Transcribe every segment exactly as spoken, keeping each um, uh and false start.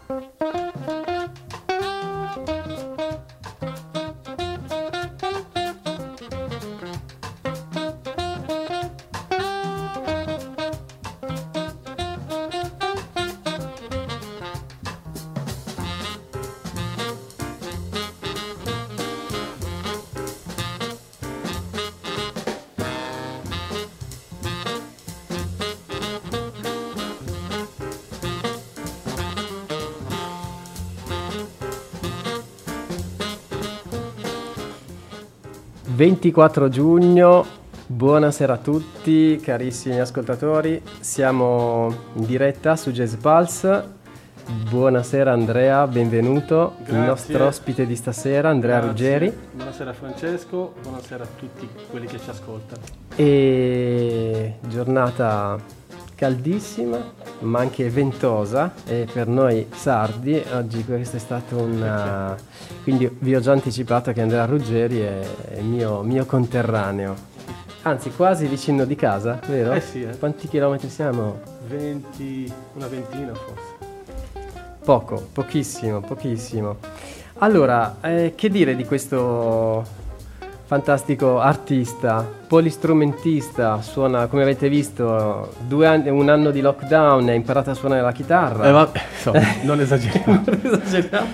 ventiquattro giugno, buonasera a tutti carissimi ascoltatori, siamo in diretta su Jazz Pulse. Buonasera Andrea, benvenuto. Grazie. Il nostro ospite di stasera, Andrea Grazie. Ruggeri. Buonasera Francesco, buonasera a tutti quelli che ci ascoltano. E giornata caldissima ma anche ventosa, e per noi sardi oggi questo è stato un... quindi vi ho già anticipato che Andrea Ruggeri è, è mio, mio conterraneo, anzi quasi vicino di casa, vero? Eh sì, eh. Quanti chilometri siamo? venti, una ventina forse. Poco, pochissimo, pochissimo. Allora, eh, che dire di questo fantastico artista, polistrumentista, suona, come avete visto, due anni, un anno di lockdown, ha imparato a suonare la chitarra. Eh, va, insomma, non esageriamo. non esageriamo.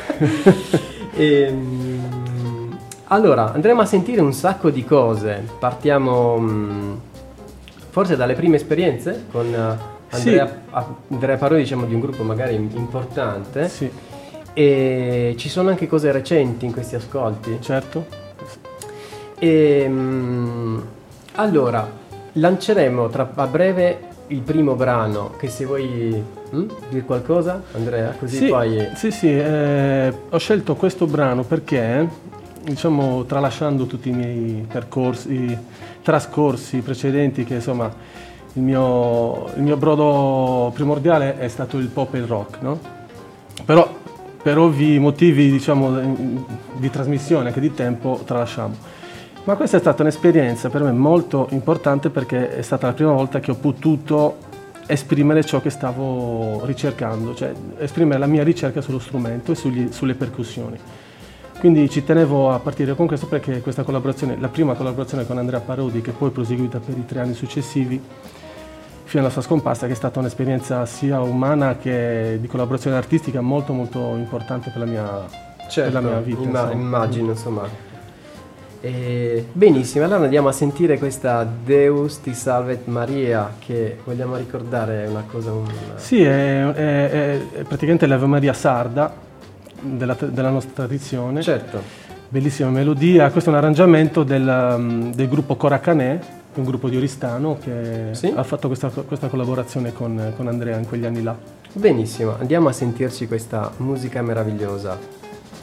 e, allora, andremo a sentire un sacco di cose. Partiamo mh, forse dalle prime esperienze con uh, Andrea, sì. Andrea Parodi, diciamo di un gruppo magari importante. Sì. E ci sono anche cose recenti in questi ascolti. Certo. E, mh, allora lanceremo tra, a breve il primo brano, che se vuoi mh, dire qualcosa Andrea, così sì, poi... Sì, sì, eh, ho scelto questo brano perché, diciamo, tralasciando tutti i miei percorsi, trascorsi precedenti, che insomma il mio, il mio brodo primordiale è stato il pop e il rock, no? Però per ovvi motivi, diciamo, di trasmissione, anche di tempo, tralasciamo. Ma questa è stata un'esperienza per me molto importante, perché è stata la prima volta che ho potuto esprimere ciò che stavo ricercando, cioè esprimere la mia ricerca sullo strumento e sugli, sulle percussioni. Quindi ci tenevo a partire con questo, perché questa collaborazione, la prima collaborazione con Andrea Parodi, che poi è proseguita per i tre anni successivi, fino alla sua scomparsa, che è stata un'esperienza sia umana che di collaborazione artistica molto molto importante per la mia, certo, per la mia vita. Imma- immagino, insomma. E benissimo, allora andiamo a sentire questa Deus ti salvet Maria, che vogliamo ricordare una cosa... Un... Sì, è, è, è praticamente l'Ave Maria sarda della, della nostra tradizione. Certo. Bellissima melodia. Questo è un arrangiamento del, del gruppo Coracanè, un gruppo di Oristano che sì? ha fatto questa, questa collaborazione con, con Andrea in quegli anni là. Benissimo, andiamo a sentirci questa musica meravigliosa.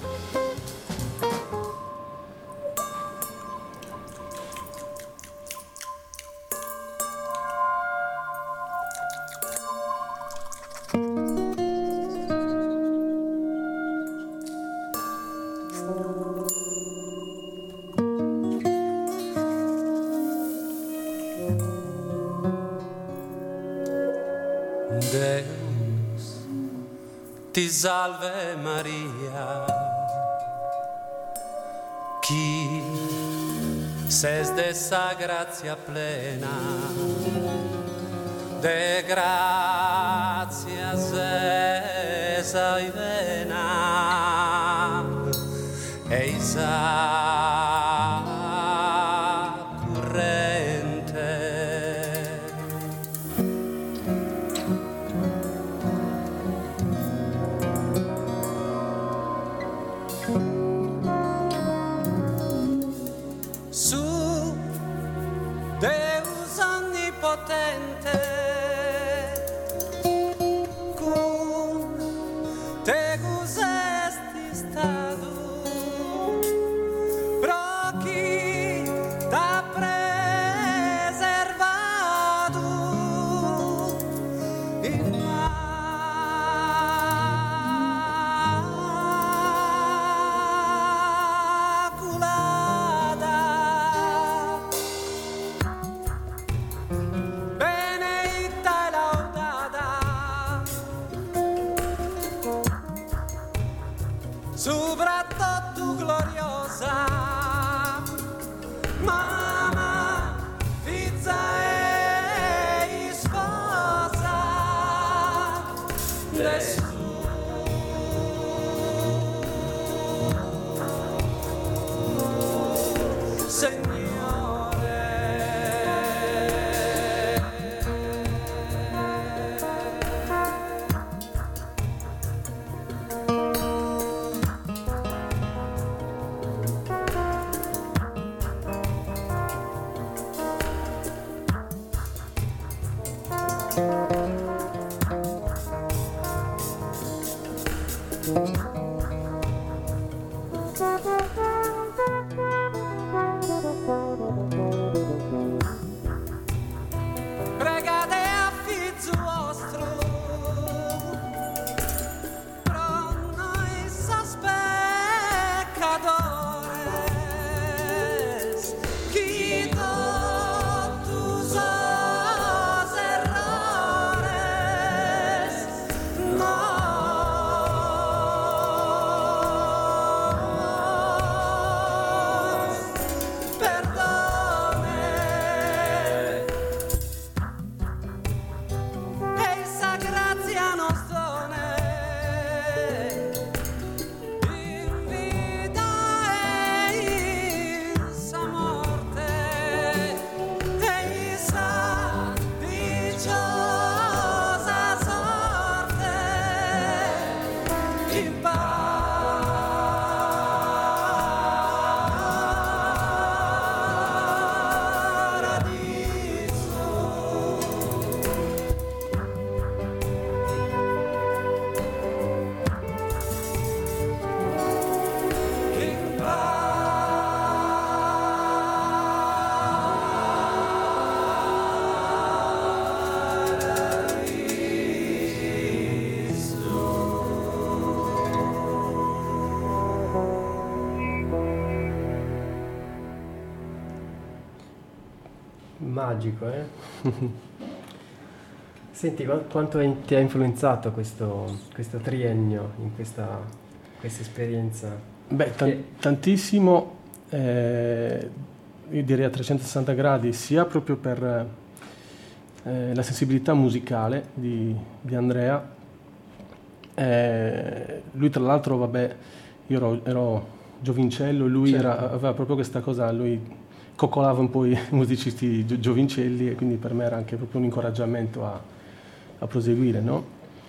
Deus ti salve Maria, chi ses de sa grazia plena, de gratia sesa y vena, eisa soprattutto gloriosa. Mamma, figlia e sposa, adesso pregate a figlio vostro, pro noi peccadores, chi totus os errores nos perdone. Essa grazia nos done in vita e in sa morte, e sa dicciosa sorte in Magico, eh? Senti, qua- quanto è- ti ha influenzato questo, questo triennio in questa, questa esperienza? Beh, tan- Che- tantissimo, eh, io direi a trecentosessanta gradi, sia proprio per eh, la sensibilità musicale di, di Andrea. Eh, lui tra l'altro, vabbè, io ero, ero giovincello, lui Certo. era- aveva proprio questa cosa, lui coccolava un po' i musicisti gio- giovincelli, e quindi per me era anche proprio un incoraggiamento a, a proseguire, no?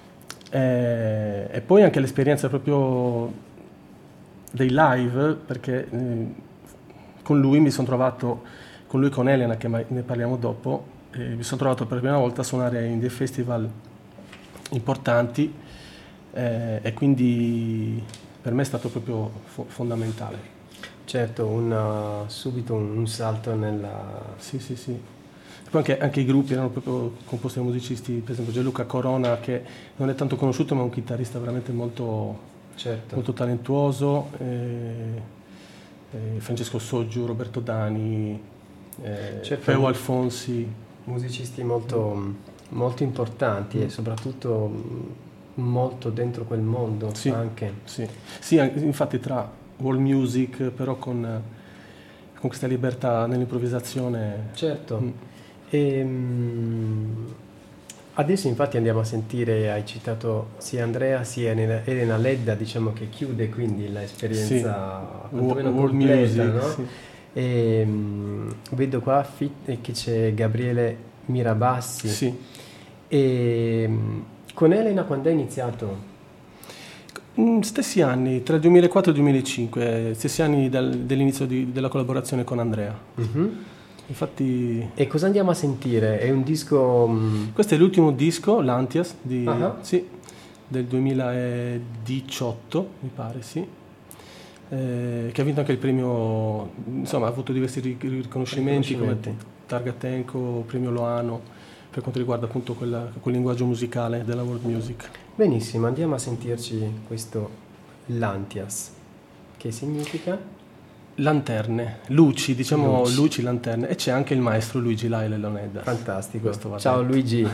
Eh, e poi anche l'esperienza proprio dei live, perché eh, con lui mi sono trovato, con lui e con Elena, che mai- ne parliamo dopo, eh, mi sono trovato per la prima volta a suonare in dei festival importanti, eh, e quindi per me è stato proprio fo- fondamentale. Certo, una- subito un, un salto nella... Sì, sì, sì. E poi anche, anche i gruppi erano proprio composti da musicisti, per esempio Gianluca Corona, che non è tanto conosciuto ma è un chitarrista veramente molto, Certo. molto talentuoso, eh, eh, Francesco Soggiu, Roberto Dani, eh, Certo. Feo Alfonsi. Musicisti molto, molto importanti e soprattutto mh, molto dentro quel mondo Sì. anche. Sì, sì, an- infatti tra world music, però con, con questa libertà nell'improvvisazione. Certo. Mm. E, mh, adesso infatti andiamo a sentire, hai citato sia Andrea sia Elena, Elena Ledda, diciamo che chiude quindi l'esperienza Sì. quantomeno World completa, music, no? sì. E, mh, vedo qua fit- eh, che c'è Gabriele Mirabassi. Sì. E, mh, con Elena quando hai iniziato? Mm, Stessi anni, tra il duemilaquattro e il duemilacinque, stessi anni dal- dell'inizio di- della collaborazione con Andrea. Mhm. Infatti, E cosa andiamo a sentire? È un disco... mh, questo è l'ultimo disco, l'Antias, di, Ah. sì, del duemiladiciotto, mi pare, sì, eh, che ha vinto anche il premio, insomma, ha avuto diversi ri- riconoscimenti come Riconoscimenti. Targatenco, premio Loano, per quanto riguarda appunto quella- quel linguaggio musicale della world music. Benissimo, andiamo a sentirci questo Lantias. Che significa? Lanterne, luci, diciamo Luci. luci, lanterne, e c'è anche il maestro Luigi Laile Leonedda. Fantastico. Questo va Ciao bene. Luigi.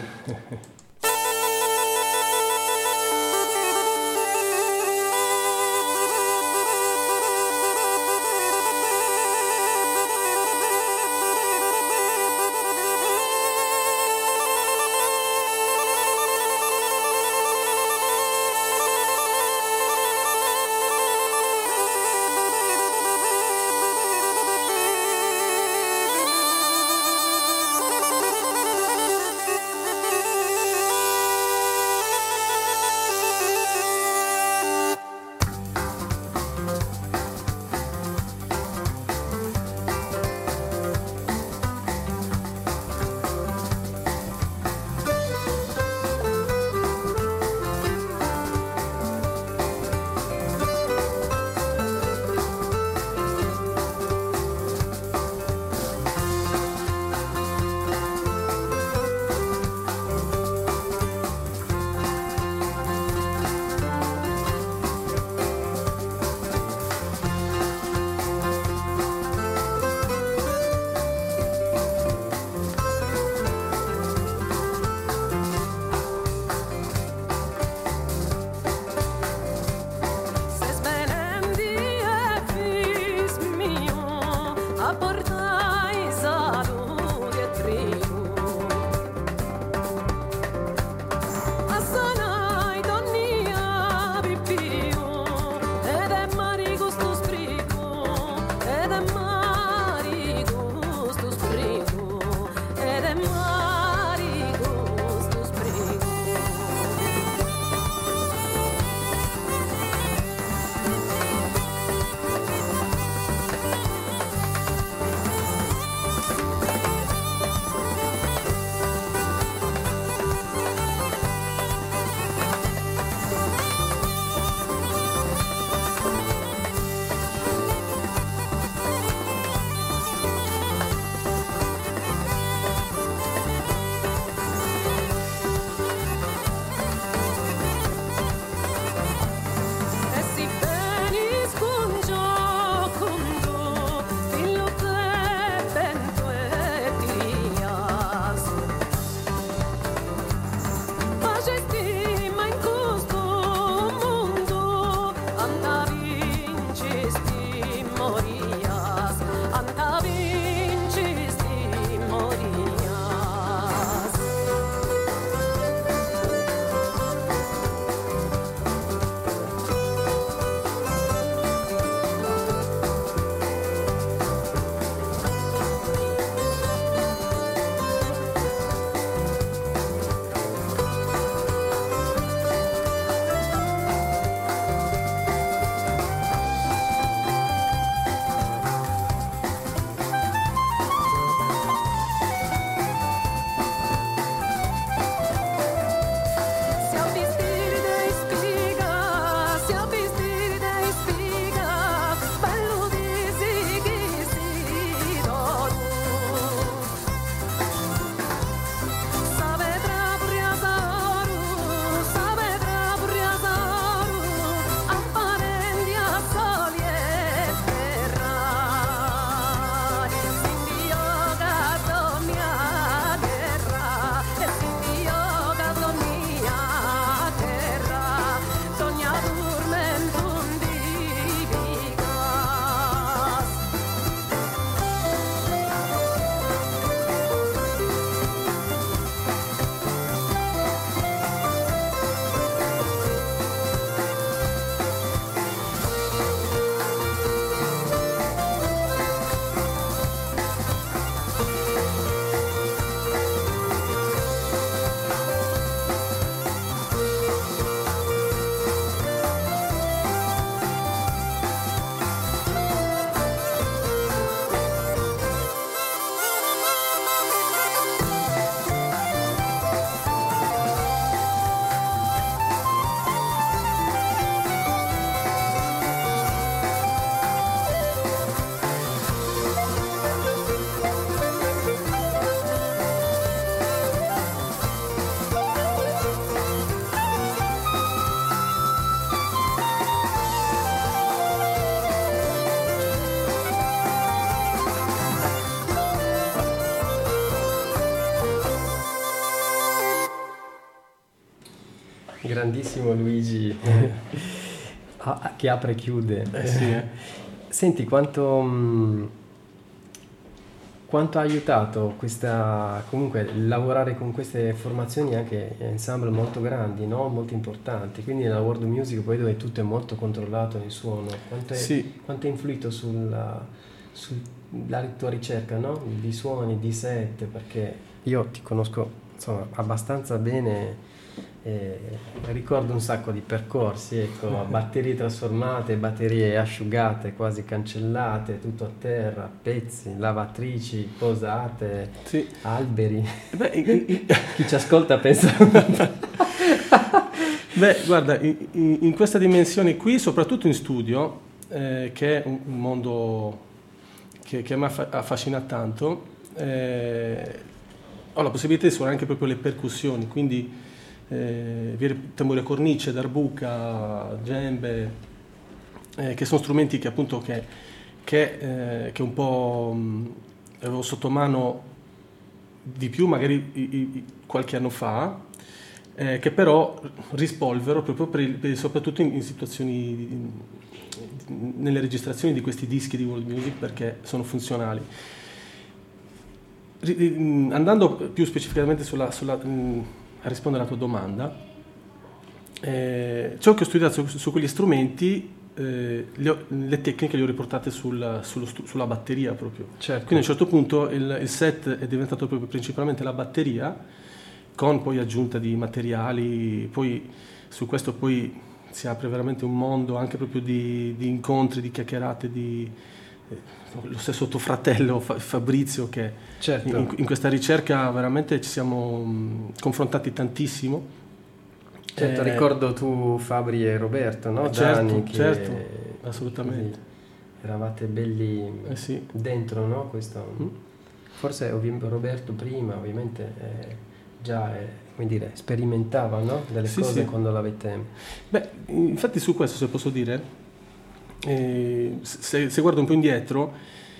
Grandissimo Luigi, Ah, che apre e chiude. Eh sì, eh. Senti, quanto, mh, quanto ha aiutato questa, comunque, lavorare con queste formazioni anche ensemble molto grandi, no? Molto importanti. Quindi nella world music poi dove tutto è molto controllato nel suono, quanto è, Sì. quanto è influito sulla, sulla tua ricerca, no? Di suoni, di set, perché io ti conosco insomma abbastanza bene. Eh, ricordo un sacco di percorsi, ecco, batterie trasformate, batterie asciugate, quasi cancellate, tutto a terra, pezzi, lavatrici posate, Sì. alberi. Beh, i- i- Chi ci ascolta pensa Beh, guarda, in, in- in questa dimensione qui, soprattutto in studio, eh, che è un, un mondo che, che a me affa- affascina tanto, eh, ho la possibilità di suonare anche proprio le percussioni, quindi eh, viene tamburo cornice, darbuca, djembe, eh, che sono strumenti che appunto che, che, eh, che un po' mh, avevo sotto mano di più magari i- i- qualche anno fa, eh, che però rispolvero proprio per il- per- soprattutto in, in situazioni di- nelle registrazioni di questi dischi di world music, perché sono funzionali. Ri- ri- Andando più specificamente sulla, sulla, mh, a rispondere alla tua domanda, eh, ciò che ho studiato su, su quegli strumenti, eh, le, ho- le tecniche le ho riportate sul- sullo stu- sulla batteria proprio. certo. Quindi a un certo punto il, il set è diventato proprio principalmente la batteria, con poi aggiunta di materiali, poi su questo poi si apre veramente un mondo anche proprio di, di incontri, di chiacchierate, di eh, lo stesso tuo fratello Fa- Fabrizio, che Certo. in, in questa ricerca veramente ci siamo mh, confrontati tantissimo. Certo, Eh, ricordo tu, Fabri e Roberto, no? eh, certo, Dani, che certo, assolutamente. così eravate belli Eh sì. dentro, no? Questo, Mm. forse ovvi- Roberto prima, ovviamente, eh, già eh, come dire, sperimentava, no? Delle Sì, cose sì. quando l'avete. Beh, infatti su questo, se posso dire, eh, se, se guardo un po' indietro,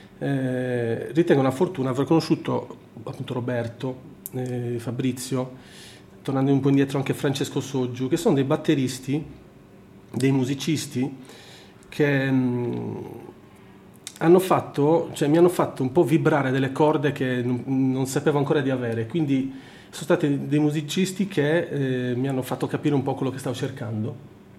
eh, ritengo una fortuna aver conosciuto appunto Roberto, eh, Fabrizio, tornando un po' indietro anche Francesco Soggiu, che sono dei batteristi, dei musicisti che mh, hanno fatto, cioè mi hanno fatto un po' vibrare delle corde che non, non sapevo ancora di avere, quindi sono stati dei musicisti che eh, mi hanno fatto capire un po' quello che stavo cercando.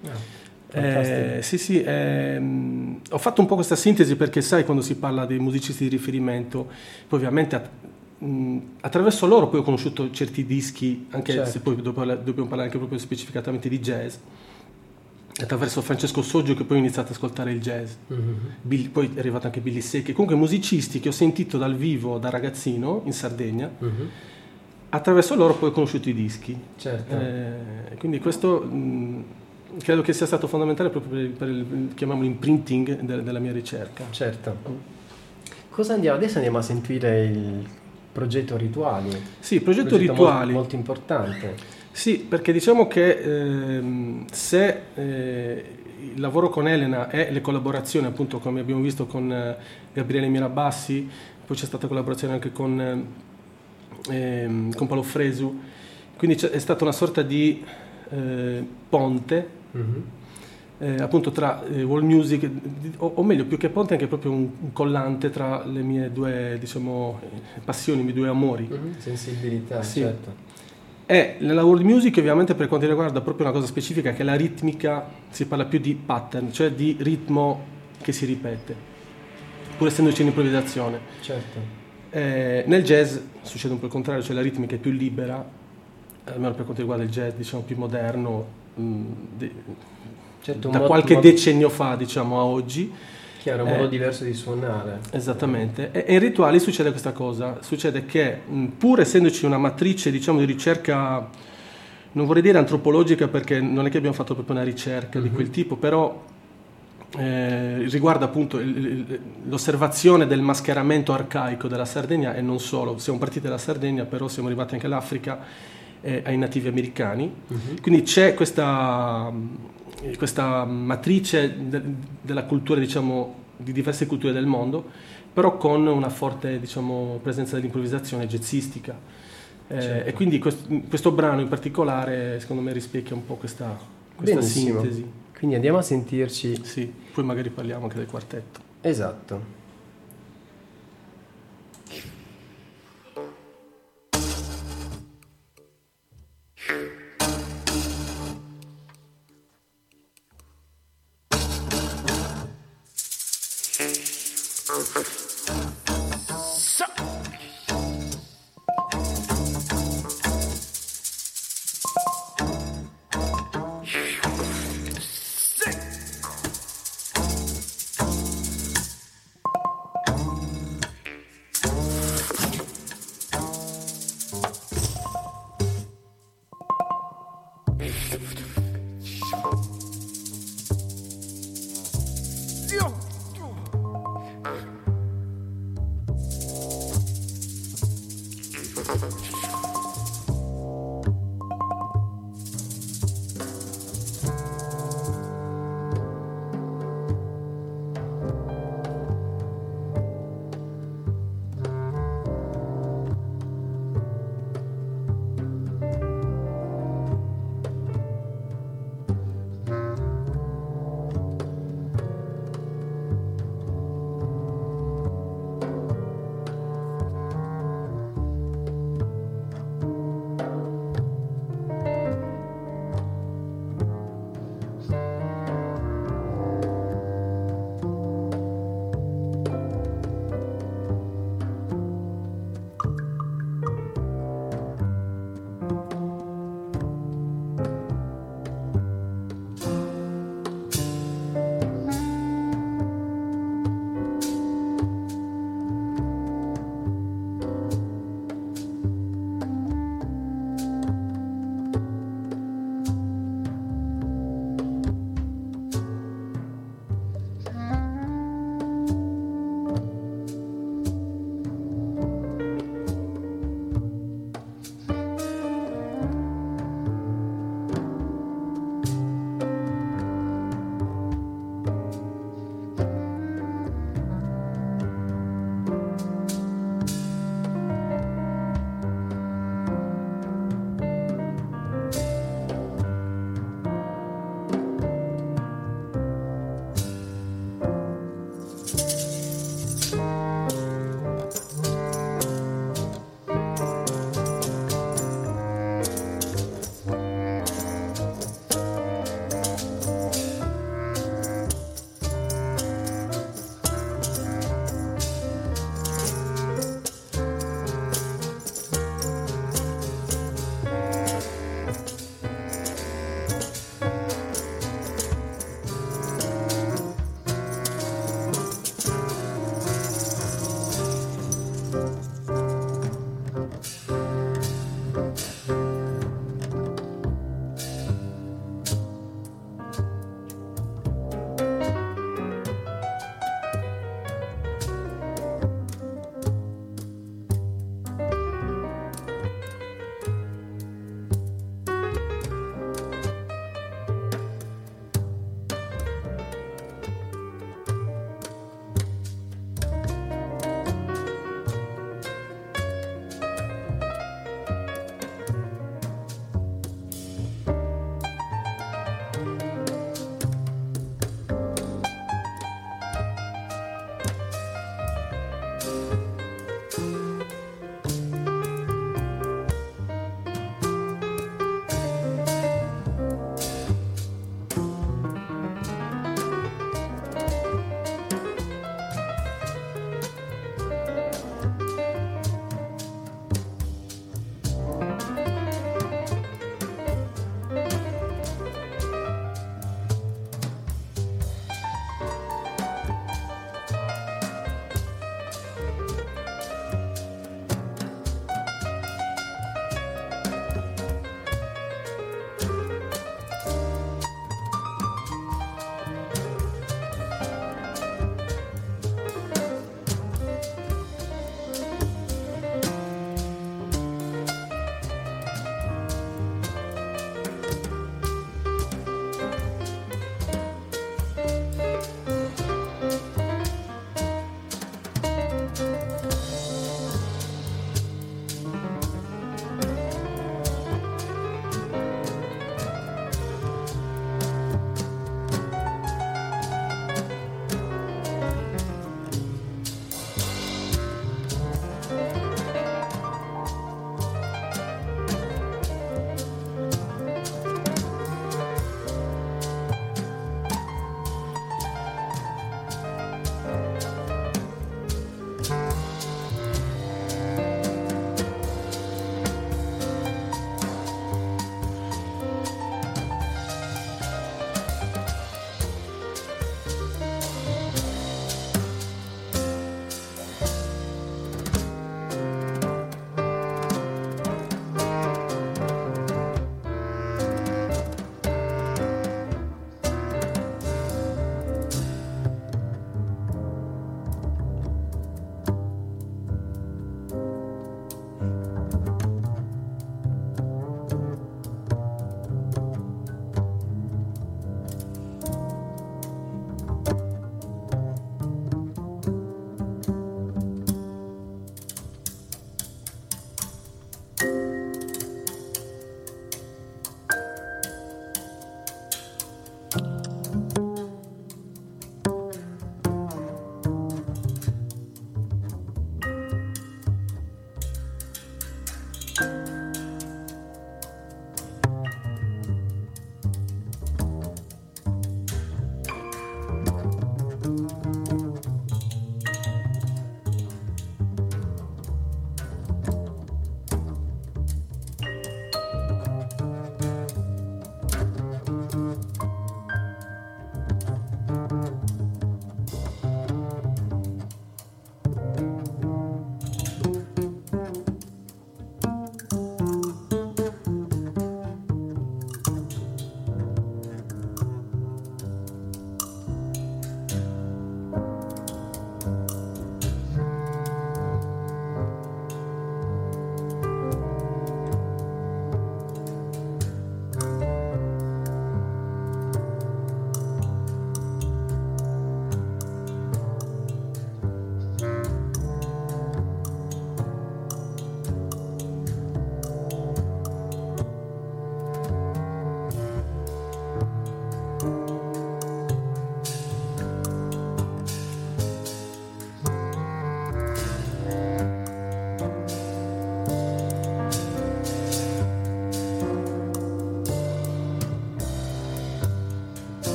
Eh, sì, sì, ehm, ho fatto un po' questa sintesi perché sai, quando si parla dei musicisti di riferimento, poi ovviamente att- mh, attraverso loro poi ho conosciuto certi dischi, anche Certo. se poi dopo- dobbiamo parlare anche proprio specificatamente di jazz, attraverso Francesco Soggio che poi ho iniziato ad ascoltare il jazz. Mhm. Bill- poi è arrivato anche Billy Secchi, comunque musicisti che ho sentito dal vivo da ragazzino in Sardegna, Mhm. attraverso loro poi ho conosciuto i dischi. Certo. Eh, quindi questo mh, credo che sia stato fondamentale proprio per il, per il chiamiamolo imprinting de- della mia ricerca. Certo. Cosa andiamo? Adesso andiamo a sentire il progetto Rituali. Sì, il progetto Progetto Rituali. Molto, molto importante. Sì, perché diciamo che ehm, se eh, il lavoro con Elena e le collaborazioni, appunto come abbiamo visto con eh, Gabriele Mirabassi, poi c'è stata collaborazione anche con, eh, ehm, con Paolo Fresu, quindi c'è, è stata una sorta di eh, ponte Mhm. eh, appunto tra eh, world music, di- o, o meglio più che ponte anche proprio un, un collante tra le mie due, diciamo, eh, passioni, i miei due amori. Mhm. Sensibilità, Sì. certo. E nella world music ovviamente per quanto riguarda proprio una cosa specifica che è la ritmica, si parla più di pattern, cioè di ritmo che si ripete, pur essendoci un'improvvisazione. Certo. Eh, nel jazz succede un po' il contrario, cioè la ritmica è più libera, almeno per quanto riguarda il jazz diciamo più moderno, mh, de- Certo, un da modo- qualche modo- decennio fa diciamo a oggi. Chiaro, un Eh. modo diverso di suonare. Esattamente, e e in Rituali succede questa cosa, succede che mh, pur essendoci una matrice diciamo di ricerca, non vorrei dire antropologica perché non è che abbiamo fatto proprio una ricerca di Mhm. quel tipo, però eh, riguarda appunto il- il- l'osservazione del mascheramento arcaico della Sardegna e non solo, siamo partiti dalla Sardegna però siamo arrivati anche all'Africa e ai nativi americani, Mhm. quindi c'è questa, questa matrice de- della cultura, diciamo, di diverse culture del mondo, però con una forte, diciamo, presenza dell'improvvisazione jazzistica. Eh, Certo. E quindi questo, questo brano in particolare secondo me rispecchia un po' questa, questa Benissimo. sintesi. Quindi andiamo a sentirci. Sì, poi magari parliamo anche del quartetto. Esatto.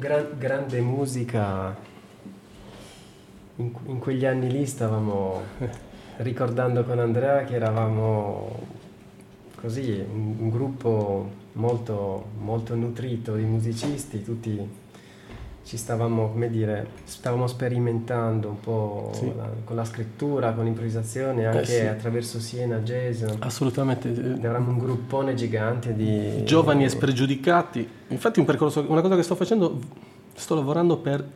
gran- grande musica. In, in quegli anni lì stavamo ricordando con Andrea che eravamo così, un, un gruppo molto, molto nutrito di musicisti, tutti ci stavamo, come dire, stavamo sperimentando un po' Sì. la- con la scrittura, con l'improvvisazione, anche sì. attraverso Siena Jazz. Assolutamente. eh, Eravamo un gruppone gigante di Giovani e spregiudicati. Infatti un percorso, una cosa che sto facendo, sto lavorando per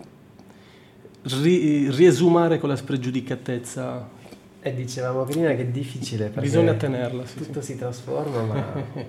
ri- riesumare quella spregiudicatezza. E dicevamo prima che è difficile perché Bisogna tenerla, sì, tutto sì. si trasforma, ma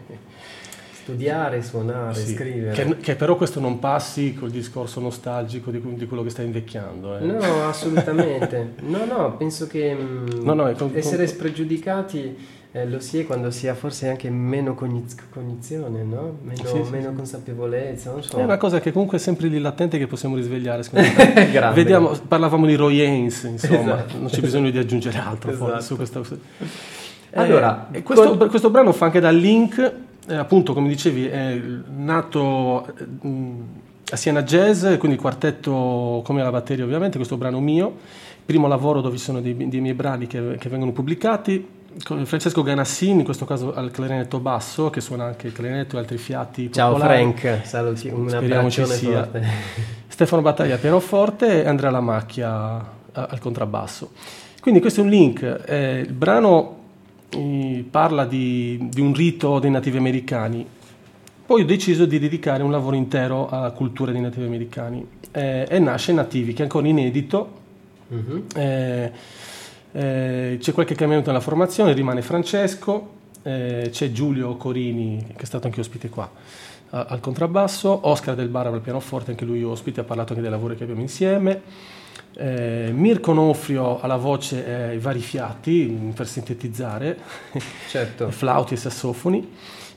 studiare, suonare, Sì. scrivere. Che, che però questo non passi col discorso nostalgico di, di quello che stai invecchiando. eh. No, assolutamente. No, no, penso che mm, No, no, è con- essere con- spregiudicati eh, lo si è quando si ha forse anche meno cogniz- cognizione, no? Meno, Sì, sì, meno sì. consapevolezza, non so. È una cosa che comunque è sempre lì latente che possiamo risvegliare. secondo me. Grande. Vediamo, parlavamo di Roy Haynes, insomma, Esatto. non c'è bisogno di aggiungere altro forse Esatto. su questa. Eh, Allora, e questo, con- questo brano fa anche da link, eh, appunto, come dicevi, è nato eh, mh, a Siena Jazz, quindi il quartetto come la batteria, ovviamente, questo brano mio, primo lavoro dove ci sono dei, dei miei brani che, che vengono pubblicati. Con Francesco Ganassin, in questo caso al clarinetto basso, che suona anche il clarinetto e altri fiati Ciao popolari. Frank, saluti, un Speriamo ci abbraccione sia. forte. Stefano Battaglia pianoforte e Andrea Lamacchia a- al contrabbasso. Quindi questo è un link. eh, il brano eh, parla di, di un rito dei nativi americani. Poi ho deciso di dedicare un lavoro intero alla cultura dei nativi americani eh, e nasce Nativi, che è ancora inedito. Mhm. Eh, eh, c'è qualche cambiamento nella formazione, rimane Francesco, eh, c'è Giulio Corini, che è stato anche ospite qua a- al contrabbasso, Oscar Del Barra al pianoforte, anche lui ospite, ha parlato anche dei lavori che abbiamo insieme, eh, Mirko Nofrio alla voce e ai vari fiati per sintetizzare, Certo. flauti e sassofoni,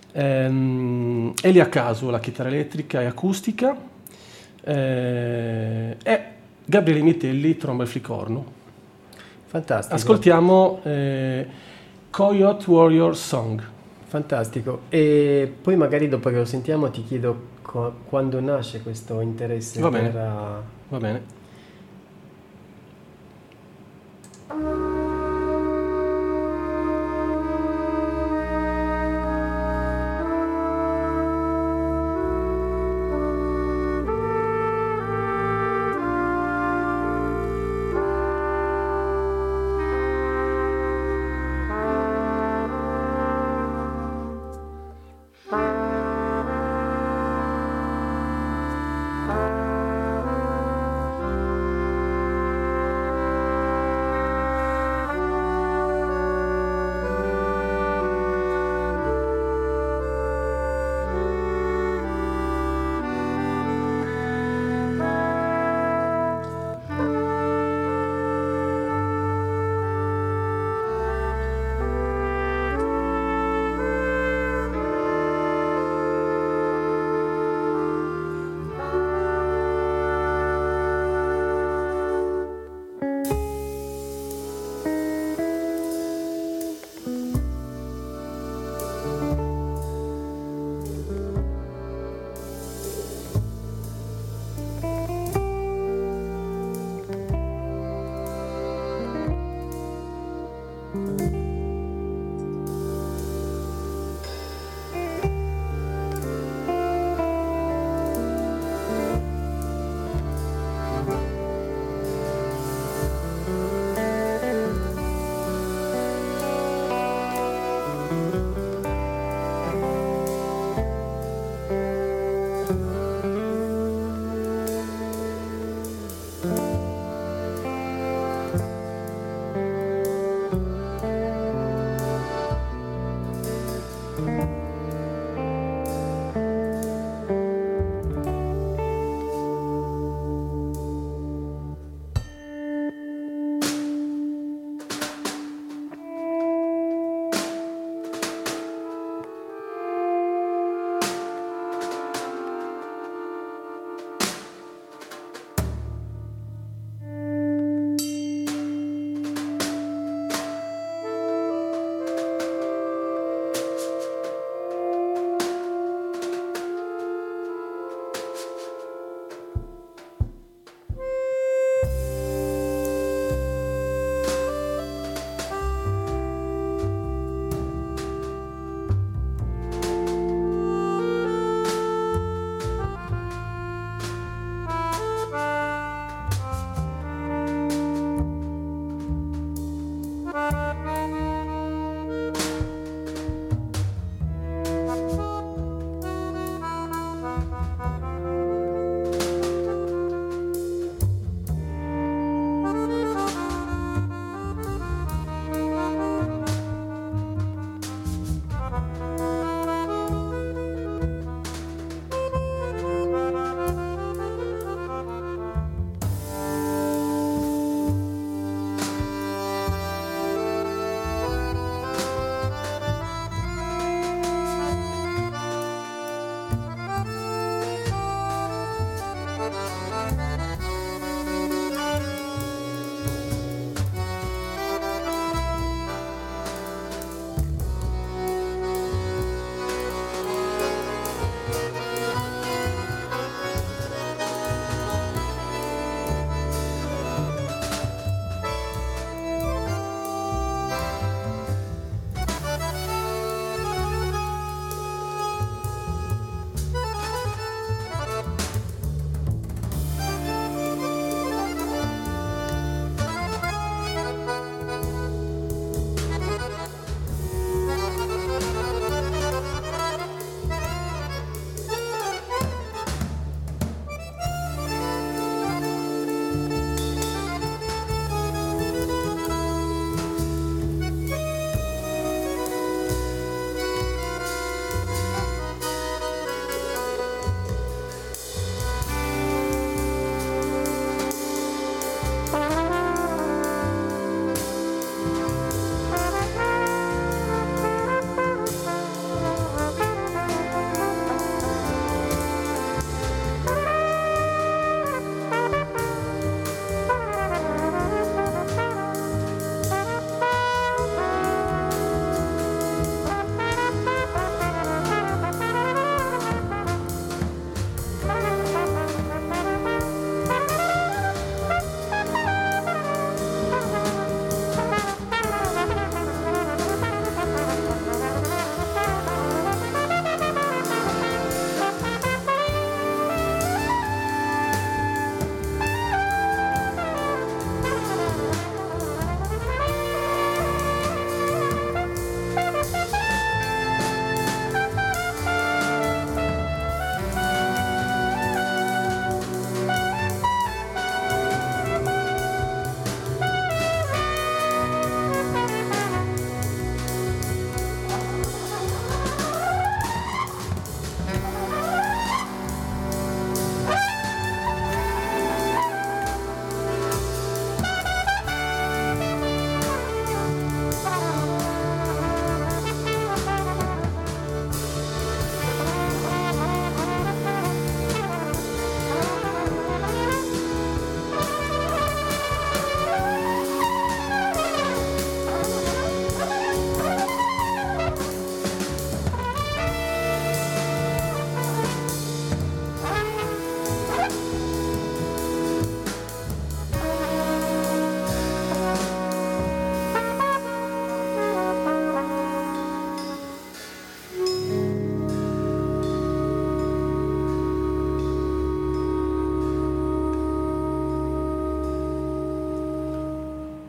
ehm, Elia Casu alla chitarra elettrica e acustica, eh, e Gabriele Mitelli tromba e flicorno. Fantastico. Ascoltiamo eh, Coyote Warrior Song. Fantastico. E poi magari dopo che lo sentiamo ti chiedo co- quando nasce questo interesse Va bene. per... uh, Va bene. Thank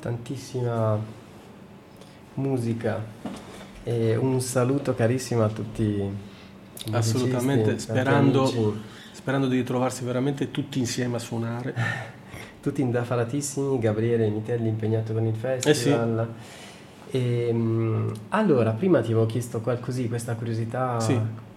tantissima musica e un saluto carissimo a tutti i musicisti, Assolutamente, tanti sperando, amici, sperando di ritrovarsi veramente tutti insieme a suonare. tutti indaffaratissimi. Gabriele Mitelli impegnato con il festival. E, mm, allora, prima ti avevo chiesto qualcosì, questa curiosità. Sì.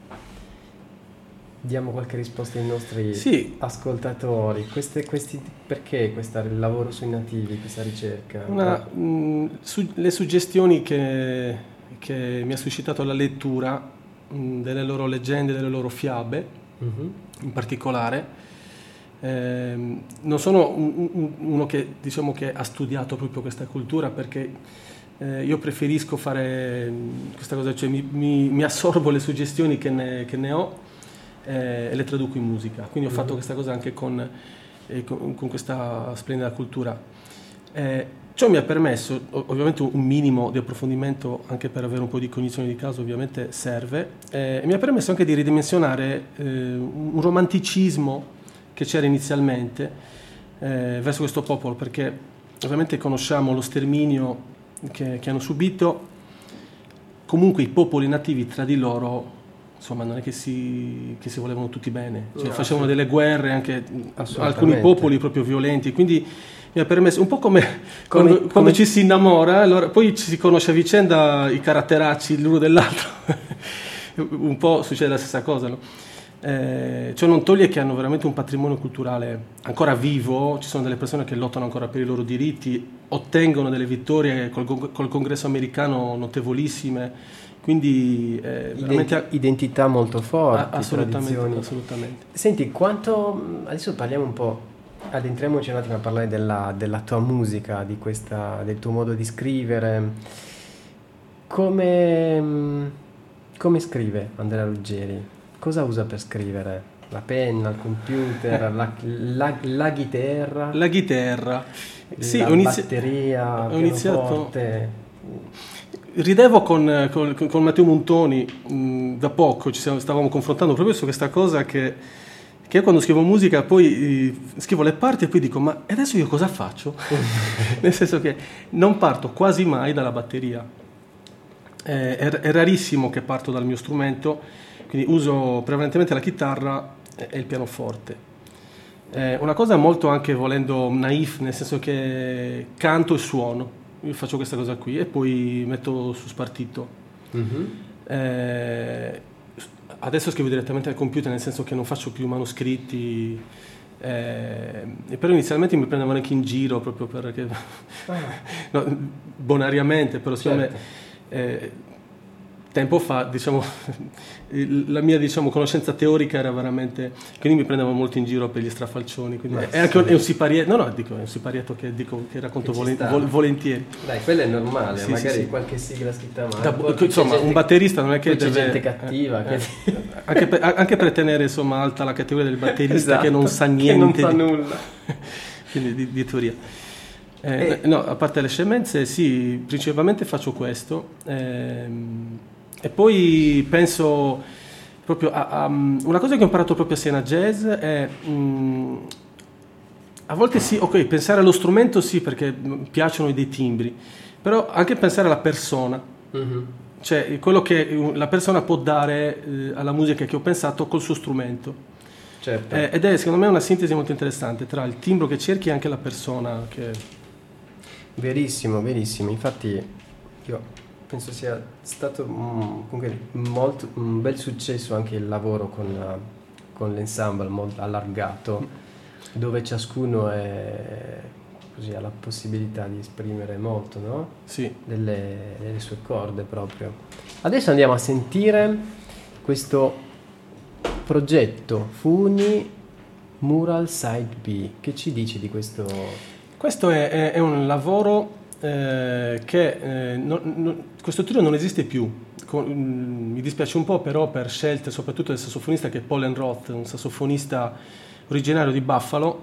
Diamo qualche risposta ai nostri Sì. ascoltatori. Queste, questi, perché questo lavoro sui nativi, questa ricerca? Una, mh, su- le suggestioni che, che mi ha suscitato la lettura mh, delle loro leggende, delle loro fiabe, Mhm. in particolare, ehm, non sono un- un- uno che, diciamo, che ha studiato proprio questa cultura, perché eh, io preferisco fare mh, questa cosa, cioè mi, mi- mi assorbo le suggestioni che ne, che ne ho eh, e le traduco in musica. Quindi ho fatto Mhm. questa cosa anche con, eh, con, con questa splendida cultura. Eh, ciò mi ha permesso, ov- ovviamente un minimo di approfondimento anche per avere un po' di cognizione di causa ovviamente serve, eh, e mi ha permesso anche di ridimensionare eh, un un romanticismo che c'era inizialmente eh, verso questo popolo, perché ovviamente conosciamo lo sterminio che, che hanno subito. Comunque i popoli nativi tra di loro, insomma, non è che si, che si volevano tutti bene, cioè, No, facevano delle guerre, anche Assolutamente. alcuni popoli proprio violenti, quindi mi ha permesso, un po' come, Come- quando, come- quando ci si innamora, allora poi ci si conosce a vicenda i caratteracci l'uno dell'altro, un po' succede la stessa cosa, no? Eh, ciò non toglie che hanno veramente un patrimonio culturale ancora vivo, ci sono delle persone che lottano ancora per i loro diritti, ottengono delle vittorie col, col congresso americano notevolissime, quindi eh, veramente Identi- identità molto forti, a- assolutamente, tradizioni. assolutamente. Senti, quanto adesso parliamo un po', addentriamoci un attimo a parlare della, della tua musica, di questa, del tuo modo di scrivere. Come, mm, come scrive Andrea Ruggeri? Cosa usa per scrivere? La penna, il computer, la, la, la chitarra, La chitarra, sì, la ho, inizi- batteria, ho iniziato, pianoforte. ridevo con, con- con Matteo Montoni mh, da poco, ci siamo- stavamo confrontando proprio su questa cosa che, che io quando scrivo musica poi eh, scrivo le parti e poi dico ma adesso io cosa faccio? Nel senso che non parto quasi mai dalla batteria, Eh, è, è rarissimo che parto dal mio strumento, quindi uso prevalentemente la chitarra e, e il pianoforte. Eh, una cosa molto anche volendo naif, nel senso che canto e suono, io faccio questa cosa qui e poi metto su spartito. Mhm. Eh, adesso scrivo direttamente al computer, nel senso che non faccio più manoscritti, eh, e però inizialmente mi prendevano anche in giro proprio perché no, bonariamente, però secondo Certo. me eh, tempo fa, diciamo, il- la mia, diciamo, conoscenza teorica era veramente, quindi mi prendevano molto in giro per gli strafalcioni, quindi Ma è anche un, sì. è un siparietto, no no, dico, è un siparietto che, dico, che racconto Che ci volen- sta. vol- volentieri. Dai, quello è normale, Sì, magari sì, sì. qualche sigla scritta male. Da- poi c'è insomma, gente- un batterista non è che poi c'è deve, gente cattiva eh, che- eh, anche, per, anche per tenere, insomma, alta la categoria del batterista Esatto, che non sa che niente non sa di, nulla. quindi di, di teoria. Eh, E- no, a parte le scemenze, sì, principalmente faccio questo, ehm, e poi penso proprio a, a- una cosa che ho imparato proprio a Siena Jazz è mm, a volte sì, ok, pensare allo strumento sì, perché mm, piacciono dei timbri, però anche pensare alla persona, Mhm. cioè quello che la persona può dare eh, alla musica che ho pensato col suo strumento. Certo. Eh, ed è secondo me una sintesi molto interessante tra il timbro che cerchi e anche la persona che... Verissimo, verissimo. Infatti io penso sia stato mm, comunque molto, un bel successo anche il lavoro con, la- con l'ensemble molto allargato, dove ciascuno è, così, ha la possibilità di esprimere molto, no? Sì. Delle, delle sue corde proprio. Adesso andiamo a sentire questo progetto Funi Mural Side B. Che ci dici di questo? Questo è, è- è un lavoro eh, che eh, non- non- questo trio non esiste più. Con- mm, mi dispiace un po', però, per scelte soprattutto del sassofonista che è Paul Enroth, un sassofonista originario di Buffalo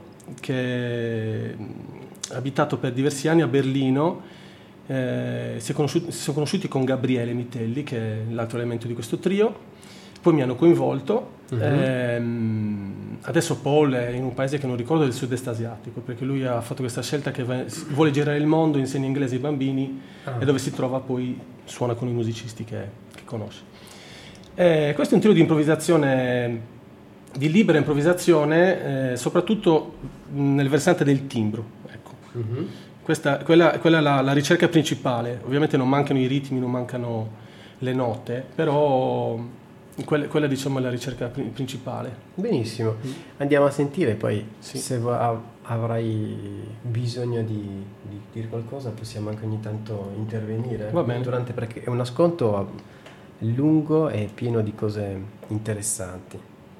che ha abitato per diversi anni a Berlino. Eh, si, è conosciuto- si sono conosciuti con Gabriele Mitelli, che è l'altro elemento di questo trio. Poi mi hanno coinvolto. Mhm. ehm, adesso Paul è in un paese che non ricordo del sud-est asiatico, perché lui ha fatto questa scelta che va- vuole girare il mondo, insegna inglese ai bambini Ah. e dove si trova poi suona con i musicisti che, che conosce. Eh, questo è un trio di improvvisazione, di libera improvvisazione, eh, soprattutto nel versante del timbro. Ecco. Mhm. Questa, quella, quella è la, la ricerca principale. Ovviamente non mancano i ritmi, non mancano le note, però quella, quella diciamo è la ricerca pri- principale. Benissimo, andiamo a sentire poi Sì. se va- avrai bisogno di, di dire qualcosa possiamo anche ogni tanto intervenire. Va bene. Durante, perché è un ascolto lungo e pieno di cose interessanti.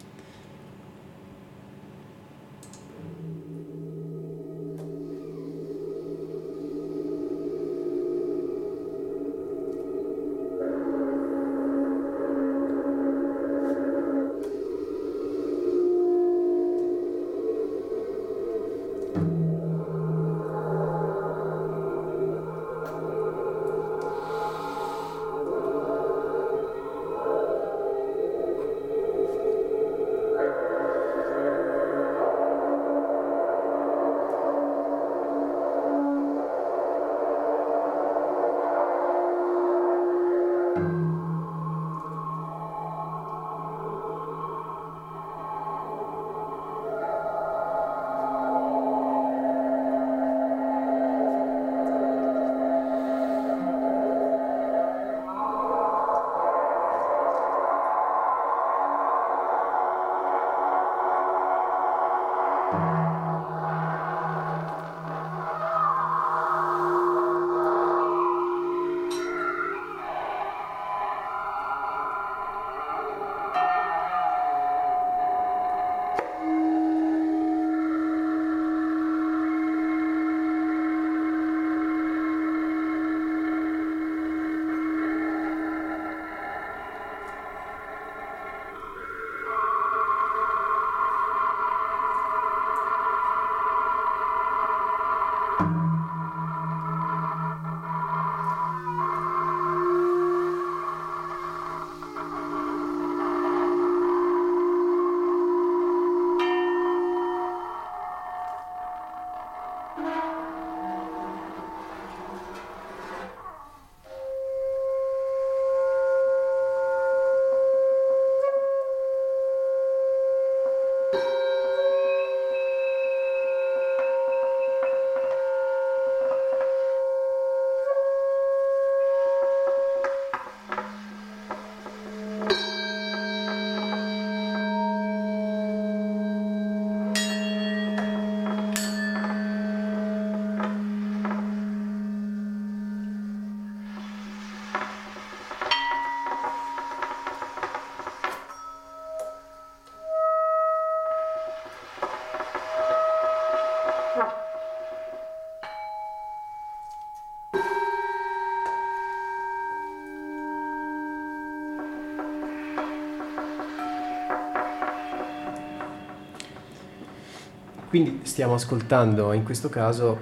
Quindi stiamo ascoltando in questo caso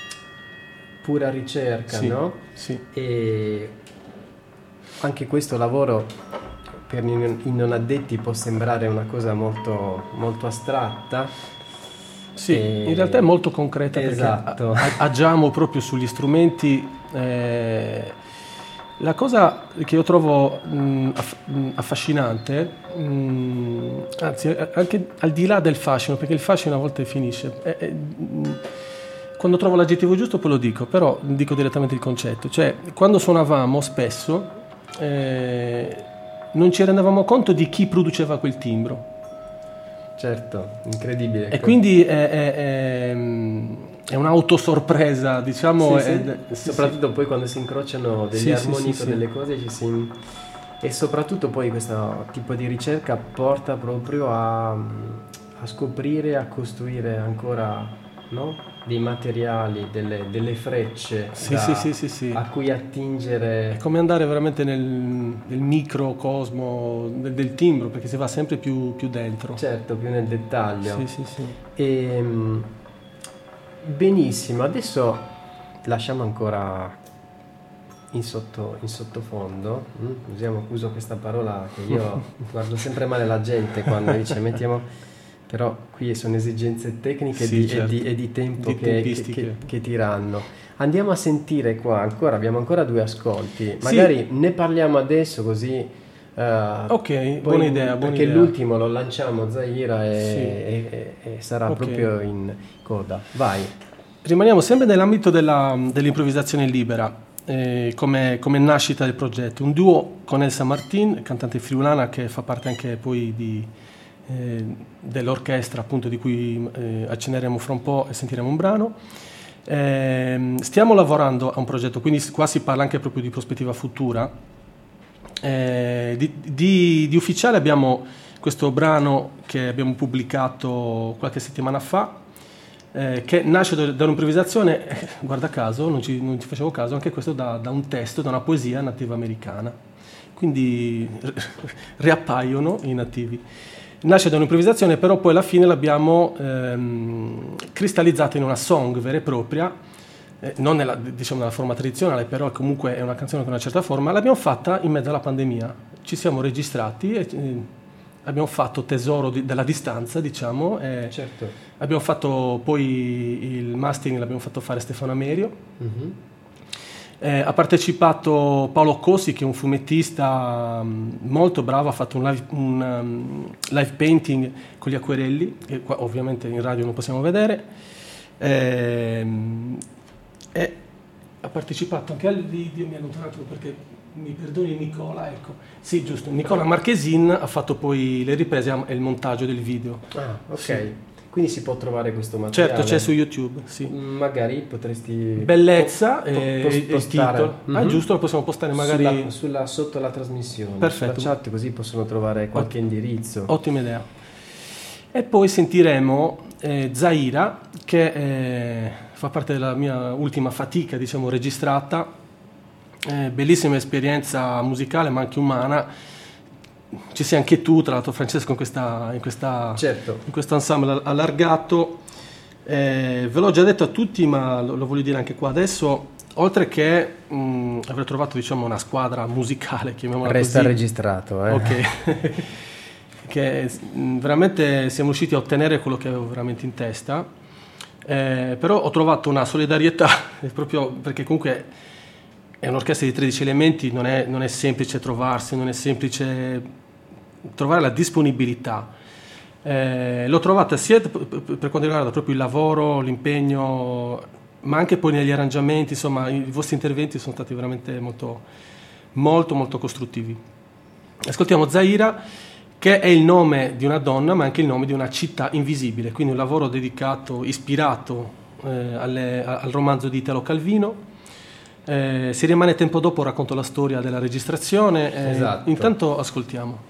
pura ricerca, Sì, no? sì. E anche questo lavoro per i i non addetti può sembrare una cosa molto, molto astratta. Sì, E- in realtà è molto concreta Esatto. perché a- agiamo proprio sugli strumenti. eh, la cosa che io trovo mh, aff- mh, affascinante, mh, anzi eh, anche al di là del fascino, perché il fascino a volte finisce, è- è- mh, quando trovo l'aggettivo giusto poi lo dico, però dico direttamente il concetto, cioè quando suonavamo spesso eh, non ci rendevamo conto di chi produceva quel timbro. Certo, incredibile. E quindi è, è, è, è un'autosorpresa, diciamo. Sì, sì. è- sì, soprattutto poi quando si incrociano degli Sì, sì, armonico, sì, sì. delle cose ci si... e soprattutto poi questo tipo di ricerca porta proprio a, a scoprire, a costruire ancora, no? Dei materiali, delle, delle frecce Sì, da- sì, sì, sì, sì. a cui attingere. È come andare veramente nel, nel microcosmo del, del timbro, perché si va sempre più, più dentro. Certo, più nel dettaglio. Sì, sì, sì. Ehm, benissimo, adesso lasciamo ancora in, sotto, in sottofondo, mm? Usiamo, uso questa parola che io guardo sempre male la gente quando dice mettiamo Però qui sono esigenze tecniche Sì, di- certo. e, di, e di tempo Di che, che, tempistiche. che, che tiranno. Andiamo a sentire qua ancora, abbiamo ancora due ascolti. Magari ne parliamo adesso così. eh, Ok, poi- buona idea, buona Perché idea. l'ultimo lo lanciamo Zaira e, Sì. e- e- e sarà Ok. proprio in coda. Vai. Rimaniamo sempre nell'ambito della- dell'improvvisazione libera, eh, come, come nascita del progetto. Un duo con Elsa Martin, cantante friulana che fa parte anche poi di, eh, dell'orchestra appunto di cui eh, accenneremo fra un po' e sentiremo un brano. Eh, stiamo lavorando a un progetto, quindi qua si parla anche proprio di prospettiva futura. Eh, di, di- di ufficiale abbiamo questo brano che abbiamo pubblicato qualche settimana fa, eh, che nasce da, da un'improvvisazione, eh, guarda caso, non ci, non ci facevo caso, anche questo da, da un testo, da una poesia nativa americana. Quindi riappaiono i nativi. Nasce da un'improvvisazione, però poi alla fine l'abbiamo ehm, cristallizzata in una song vera e propria, eh, non nella, diciamo, nella forma tradizionale, però comunque è una canzone con una certa forma. L'abbiamo fatta in mezzo alla pandemia, ci siamo registrati e eh, abbiamo fatto tesoro di- della distanza, diciamo, e Certo. abbiamo fatto poi il mastering, l'abbiamo fatto fare Stefano Amerio. Mhm. Eh, ha partecipato Paolo Cossi, che è un fumettista mh, molto bravo, ha fatto un live, un, um, live painting con gli acquerelli, che qua ovviamente in radio non possiamo vedere. Ehm, e ha partecipato anche al video, mi è allontanato perché mi perdoni Nicola, ecco. Sì, giusto, Nicola Marchesin ha fatto poi le riprese e il montaggio del video. Ah, ok. Sì. Quindi si può trovare questo materiale. Certo, c'è su YouTube, sì. Magari potresti... Bellezza po- e po- il postare. titolo. Ah, Mhm. giusto, lo possiamo postare magari. Sulla, sulla- sotto la trasmissione, Perfetto. sulla chat, così possono trovare qualche indirizzo. Ottima idea. E poi sentiremo eh, Zaira, che eh, fa parte della mia ultima fatica, diciamo, registrata. Eh, bellissima esperienza musicale, ma anche umana. Ci sei anche tu, tra l'altro, Francesco, in, questa, in, questa, Certo. in questo ensemble allargato. Eh, ve l'ho già detto a tutti, ma lo, lo voglio dire anche qua adesso. Oltre che mh, aver trovato, diciamo, una squadra musicale, chiamiamola Resta così. registrato, eh. Ok. Che mh, veramente siamo riusciti a ottenere quello che avevo veramente in testa. Eh, però ho trovato una solidarietà, proprio perché comunque è un'orchestra di tredici elementi, non è, non è semplice trovarsi, non è semplice trovare la disponibilità. Eh, l'ho trovata sia p- p- per quanto riguarda proprio il lavoro, l'impegno, ma anche poi negli arrangiamenti, insomma i vostri interventi sono stati veramente molto, molto, molto costruttivi. Ascoltiamo Zaira, che è il nome di una donna, ma anche il nome di una città invisibile, quindi un lavoro dedicato, ispirato eh, alle- al romanzo di Italo Calvino. Eh, se rimane tempo dopo racconto la storia della registrazione. Eh, Esatto. Intanto ascoltiamo.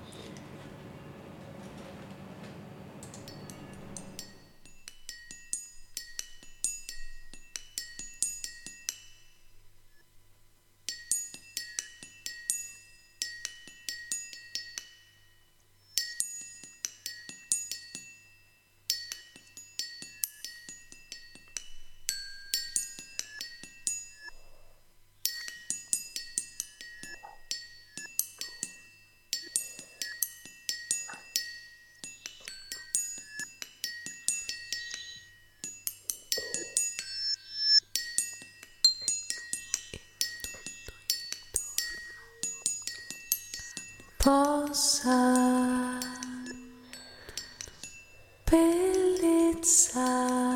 Posa, bellezza,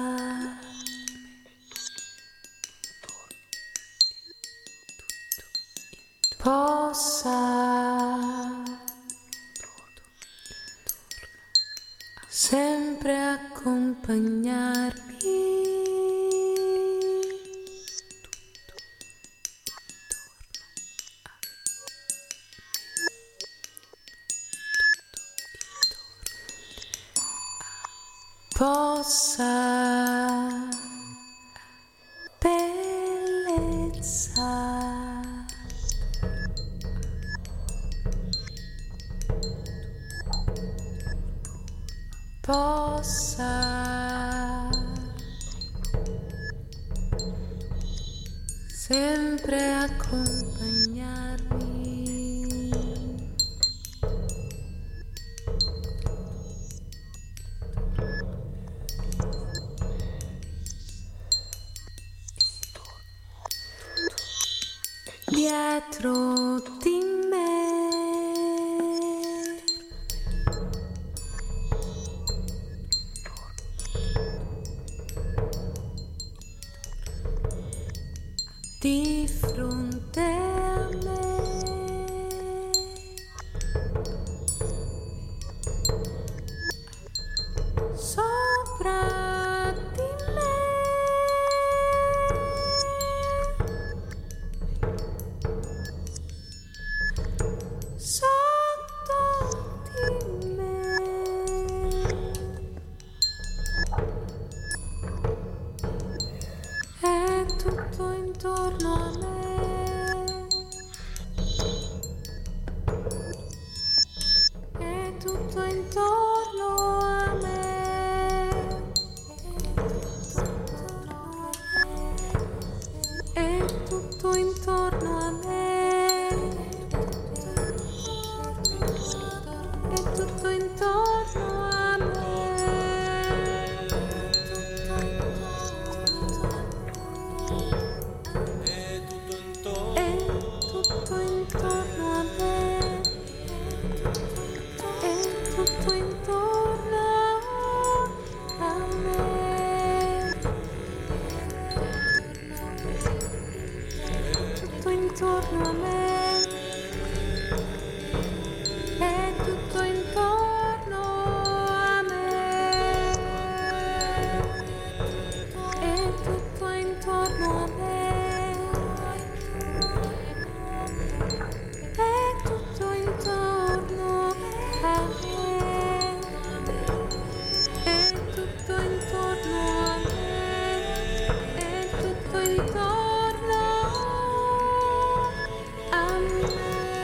possa sempre accompagnarmi. Possa, bellezza, possa sempre accompagnarmi. dietro di me. Di fronte a me. Sopra di me. Sotto di me. È tutto intorno a me. È tutto intorno a me. È tutto intorno a me. È tutto intorno a me. È tutto intorno a me. È tutto intorno a me. Tutto intorno a me. È tutto intorno a me. È tutto intorno a me. È tutto intorno a me. È tutto intorno a me. È tutto intorno a me.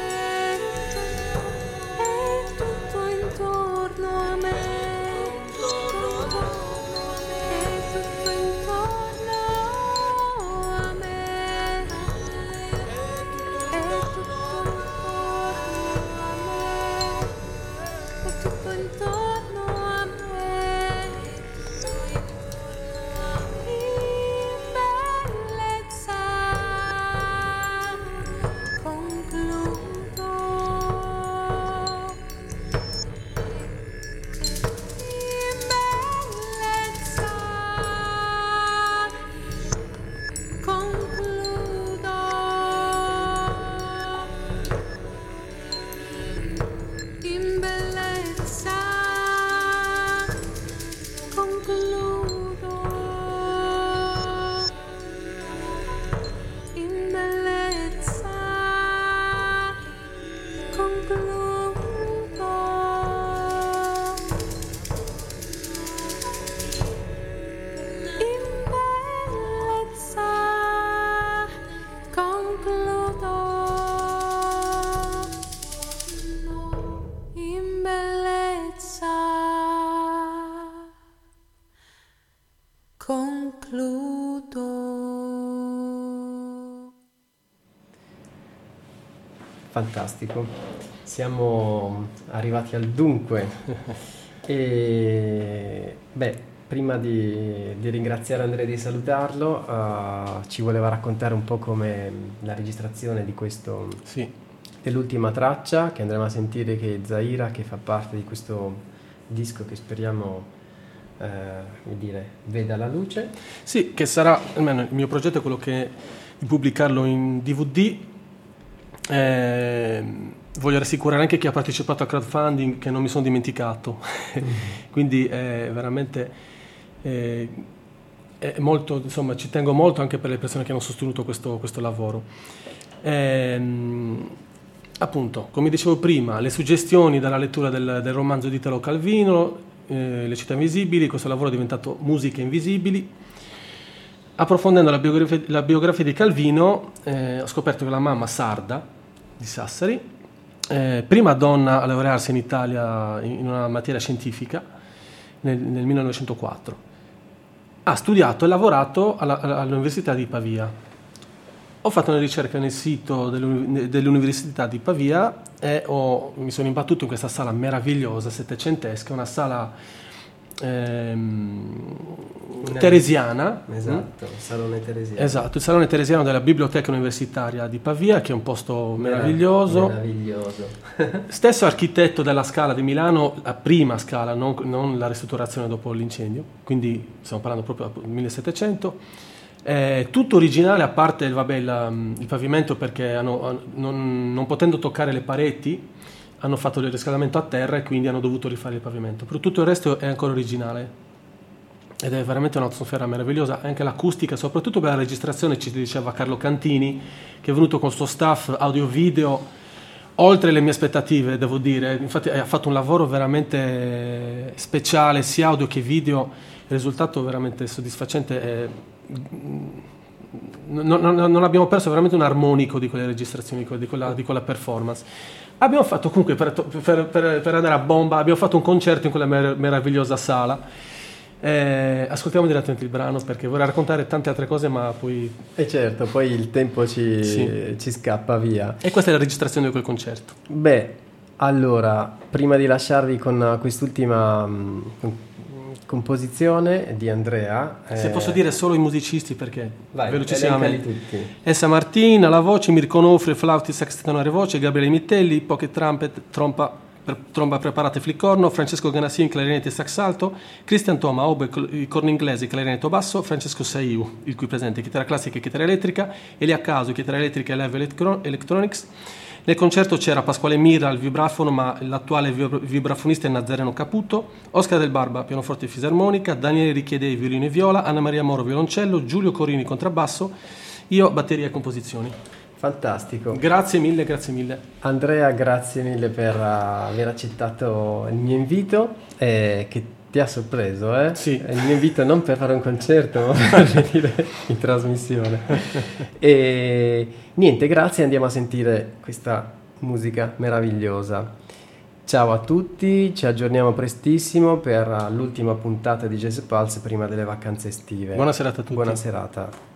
È tutto intorno a me. È tutto intorno a me. È tutto intorno a me. In bellezza concludo. In bellezza concludo. In bellezza concludo. In bellezza concludo. In bellezza concludo. In bellezza concludo. Fantastico, siamo arrivati al dunque. E beh, prima di, di ringraziare Andrea e di salutarlo, uh, ci voleva raccontare un po' come la registrazione di questo, Sì. dell'ultima traccia che andremo a sentire, che è Zaira, che fa parte di questo disco che speriamo eh, come dire, veda la luce. Sì, che sarà, almeno il mio progetto è quello che di pubblicarlo in D V D. Eh, voglio rassicurare anche chi ha partecipato al crowdfunding che non mi sono dimenticato. Quindi è veramente eh, è molto, insomma, ci tengo molto anche per le persone che hanno sostenuto questo, questo lavoro. Eh, appunto, come dicevo prima, le suggestioni dalla lettura del, del romanzo di Italo Calvino, eh, Le città invisibili. Questo lavoro è diventato Musiche invisibili. Approfondendo la biografia, la biografia di Calvino, eh, ho scoperto che la mamma, sarda di Sassari, eh, prima donna a laurearsi in Italia in una materia scientifica nel, nel millenovecentoquattro, ha studiato e lavorato alla, all'Università di Pavia. Ho fatto una ricerca nel sito dell'Uni- dell'Università di Pavia e ho, mi sono imbattuto in questa sala meravigliosa, settecentesca, una sala ehm, teresiana. Esatto, il Salone Teresiano. Esatto, il Salone Teresiano della Biblioteca Universitaria di Pavia, che è un posto meraviglioso. Meraviglioso. Stesso architetto della Scala di Milano, la prima Scala, non, non la ristrutturazione dopo l'incendio, quindi stiamo parlando proprio del millesettecento. Eh, tutto originale, a parte il, vabbè, la, il pavimento, perché hanno, non, non potendo toccare le pareti hanno fatto il riscaldamento a terra e quindi hanno dovuto rifare il pavimento, però tutto il resto è ancora originale ed è veramente un'atmosfera meravigliosa, anche l'acustica, soprattutto per la registrazione. Ci diceva Carlo Cantini, che è venuto con suo staff audio video oltre le mie aspettative, devo dire. Infatti ha fatto un lavoro veramente speciale, sia audio che video, il risultato veramente soddisfacente. È, non, non, non abbiamo perso veramente un armonico di quelle registrazioni, di quella, di quella performance. Abbiamo fatto comunque, per, per, per, per andare a bomba, abbiamo fatto un concerto in quella mer- meravigliosa sala. Eh, ascoltiamo direttamente il brano, perché vorrei raccontare tante altre cose, ma poi... E certo, poi il tempo ci, Sì. ci scappa via. E questa è la registrazione di quel concerto. Beh, allora, prima di lasciarvi con quest'ultima mh, composizione di Andrea... Se eh, posso dire solo i musicisti, perché vai, velocissimamente. elencali tutti. Essa Martin alla voce, Mirko Onofre, flauti, sax tenore voce, Gabriele Mittelli, pocket trumpet, trompa, per, tromba preparata e fliccorno, Francesco Ganassin, clarinete e sax alto, Christian Thoma, oboe, cl- corno inglese, clarinetto basso, Francesco Saiu, il cui presente chitarra classica e chitarra elettrica, Elia Caso, chitarra elettrica e live electro- electronics. Nel concerto c'era Pasquale Mira al vibrafono, ma l'attuale vibra- vibrafonista è Nazareno Caputo, Oscar Del Barba, pianoforte e fisarmonica, Daniele Richiedei, violino e viola, Anna Maria Moro, violoncello, Giulio Corini, contrabbasso, io batteria e composizioni. Fantastico. Grazie mille, grazie mille. Andrea, grazie mille per uh, aver accettato il mio invito, eh, che ti ha sorpreso, eh? Sì. Il mio invito non per fare un concerto, ma per venire in trasmissione. E niente, grazie, andiamo a sentire questa musica meravigliosa. Ciao a tutti, ci aggiorniamo prestissimo per uh, l'ultima puntata di Jazz Pulse prima delle vacanze estive. Buona serata a tutti. Buona serata.